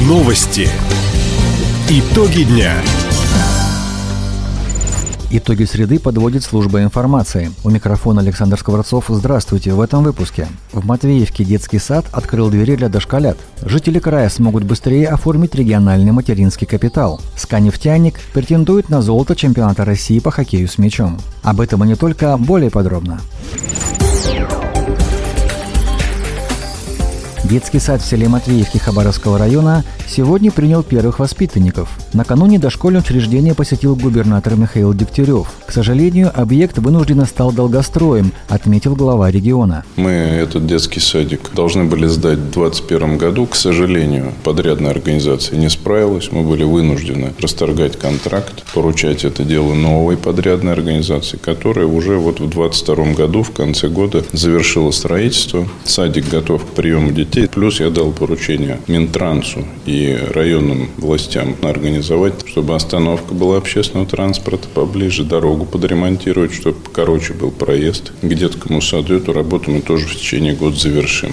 Новости. Итоги дня. Итоги среды подводит служба информации. У микрофона Александр Скворцов. Здравствуйте в этом выпуске. В Матвеевке детский сад открыл двери для дошколят. Жители края смогут быстрее оформить региональный материнский капитал. СКА-нефтяник претендует на золото чемпионата России по хоккею с мячом. Об этом и не только, более подробно. Детский сад в селе Матвеевки Хабаровского района сегодня принял первых воспитанников. Накануне дошкольное учреждение посетил губернатор Михаил Дегтярев. К сожалению, объект вынужденно стал долгостроем, отметил глава региона. Мы этот детский садик должны были сдать в 2021 году. К сожалению, подрядная организация не справилась. Мы были вынуждены расторгать контракт, поручать это дело новой подрядной организации, которая уже в 2022 году, в конце года, завершила строительство. Садик готов к приему детей. Плюс я дал поручение Минтрансу и районным властям организовать, чтобы остановка была общественного транспорта поближе, дорогу подремонтировать, чтобы короче был проезд к детскому саду. Эту работу мы тоже в течение года завершим.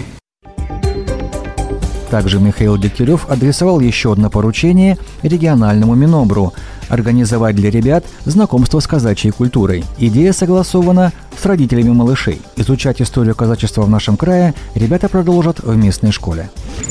Также Михаил Дегтярев адресовал еще одно поручение региональному Минобру – организовать для ребят знакомство с казачьей культурой. Идея согласована с родителями малышей. Изучать историю казачества в нашем крае ребята продолжат в местной школе.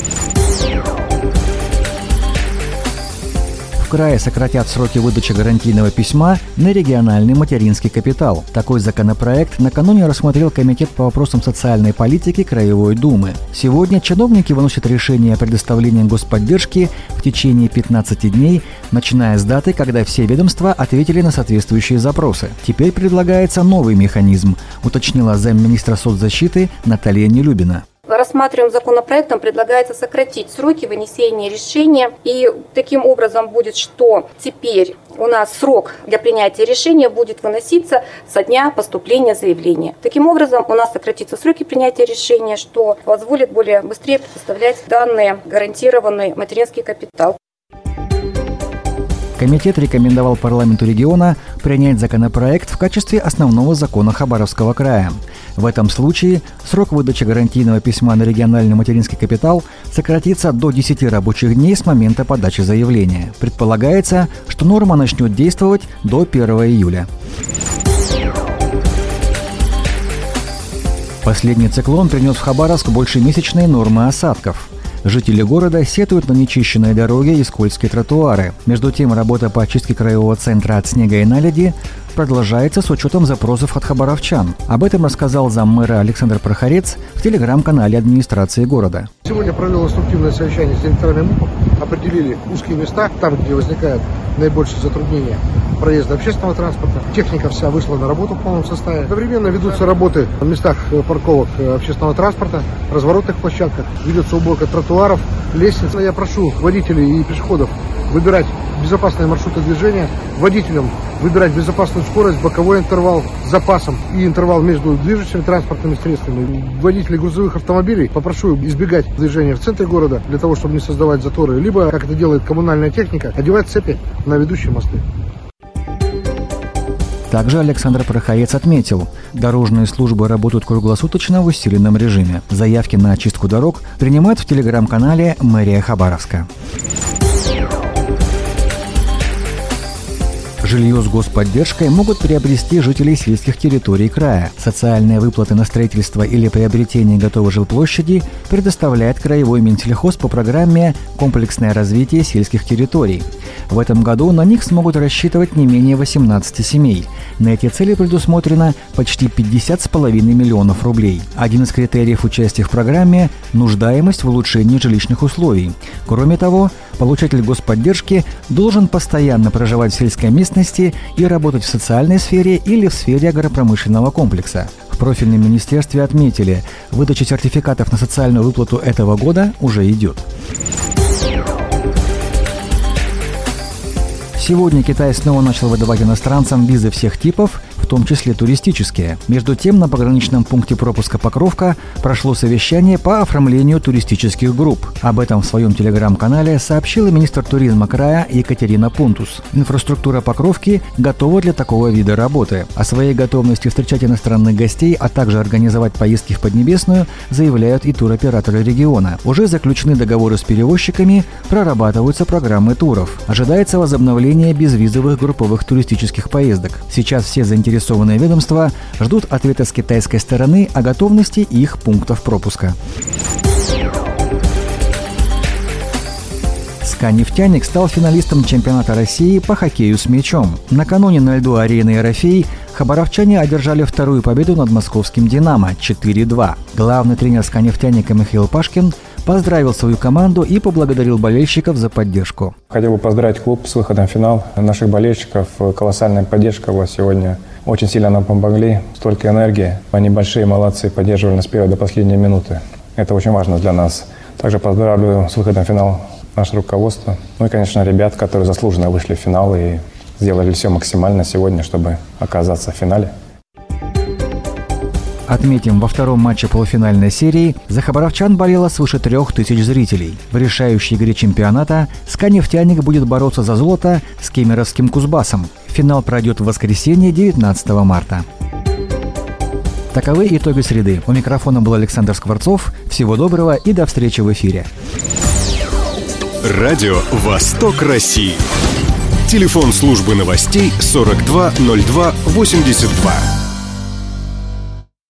В крае сократят сроки выдачи гарантийного письма на региональный материнский капитал. Такой законопроект накануне рассмотрел Комитет по вопросам социальной политики Краевой Думы. Сегодня чиновники выносят решение о предоставлении господдержки в течение 15 дней, начиная с даты, когда все ведомства ответили на соответствующие запросы. Теперь предлагается новый механизм, уточнила замминистра соцзащиты Наталья Нелюбина. Рассматриваемым законопроектом предлагается сократить сроки вынесения решения. И таким образом будет, что теперь у нас срок для принятия решения будет выноситься со дня поступления заявления. Таким образом, у нас сократятся сроки принятия решения, что позволит более быстрее предоставлять данные гарантированный материнский капитал. Комитет рекомендовал парламенту региона принять законопроект в качестве основного закона Хабаровского края. В этом случае срок выдачи гарантийного письма на региональный материнский капитал сократится до 10 рабочих дней с момента подачи заявления. Предполагается, что норма начнет действовать до 1 июля. Последний циклон принес в Хабаровск большемесячные нормы осадков. Жители города сетуют на нечищенные дороги и скользкие тротуары. Между тем, работа по очистке краевого центра от снега и наледи продолжается с учетом запросов от хабаровчан. Об этом рассказал заммэра Александр Прохорец в телеграм-канале администрации города. Сегодня провел инструктивное совещание с директорами МУПов, определили узкие места, там, где возникают наибольшие затруднения проезда общественного транспорта. Техника вся вышла на работу в полном составе. Одновременно ведутся работы в местах парковок общественного транспорта, разворотных площадках, ведется уборка тротуаров, лестниц. Я прошу водителей и пешеходов выбирать безопасные маршруты движения, водителям выбирать безопасную скорость, боковой интервал с запасом и интервал между движущими транспортными средствами. Водителей грузовых автомобилей попрошу избегать движения в центре города для того, чтобы не создавать заторы, либо, как это делает коммунальная техника, одевать цепи на ведущие мосты. Также Александр Прохорец отметил, дорожные службы работают круглосуточно в усиленном режиме. Заявки на очистку дорог принимают в телеграм-канале «Мэрия Хабаровска». Жилье с господдержкой могут приобрести жители сельских территорий края. Социальные выплаты на строительство или приобретение готовой жилплощади предоставляет краевой Минсельхоз по программе «Комплексное развитие сельских территорий». В этом году на них смогут рассчитывать не менее 18 семей. На эти цели предусмотрено почти 50,5 миллионов рублей. Один из критериев участия в программе – нуждаемость в улучшении жилищных условий. Кроме того, получатель господдержки должен постоянно проживать в сельской местности и работать в социальной сфере или в сфере агропромышленного комплекса. В профильном министерстве отметили, выдача сертификатов на социальную выплату этого года уже идет. Сегодня Китай снова начал выдавать иностранцам визы всех типов, в в том числе туристические. Между тем, на пограничном пункте пропуска Покровка прошло совещание по оформлению туристических групп. Об этом в своем телеграм-канале сообщила министр туризма края Екатерина Пунтус. Инфраструктура Покровки готова для такого вида работы. О своей готовности встречать иностранных гостей, а также организовать поездки в Поднебесную, заявляют и туроператоры региона. Уже заключены договоры с перевозчиками, прорабатываются программы туров. Ожидается возобновление безвизовых групповых туристических поездок. Сейчас все заинтересованные ведомства ждут ответа с китайской стороны о готовности их пунктов пропуска. СКА «Нефтяник» стал финалистом чемпионата России по хоккею с мячом. Накануне на льду арены «Ерофей» хабаровчане одержали вторую победу над московским «Динамо» 4-2. Главный тренер СКА «Нефтяника» Михаил Пашкин поздравил свою команду и поблагодарил болельщиков за поддержку. Хотел бы поздравить клуб с выходом в финал. Наших болельщиков колоссальная поддержка была сегодня. Очень сильно нам помогли, столько энергии. Они большие молодцы, поддерживали нас с первой до последней минуты. Это очень важно для нас. Также поздравляю с выходом в финал наше руководство. Ну и, конечно, ребят, которые заслуженно вышли в финал и сделали все максимально сегодня, чтобы оказаться в финале. Отметим, во втором матче полуфинальной серии за хабаровчан болело свыше 3000 зрителей. В решающей игре чемпионата СКА «Нефтяник» будет бороться за золото с кемеровским «Кузбассом». Финал пройдет в воскресенье, 19 марта. Таковы итоги среды. У микрофона был Александр Скворцов. Всего доброго и до встречи в эфире. Радио «Восток России». Телефон службы новостей 420282.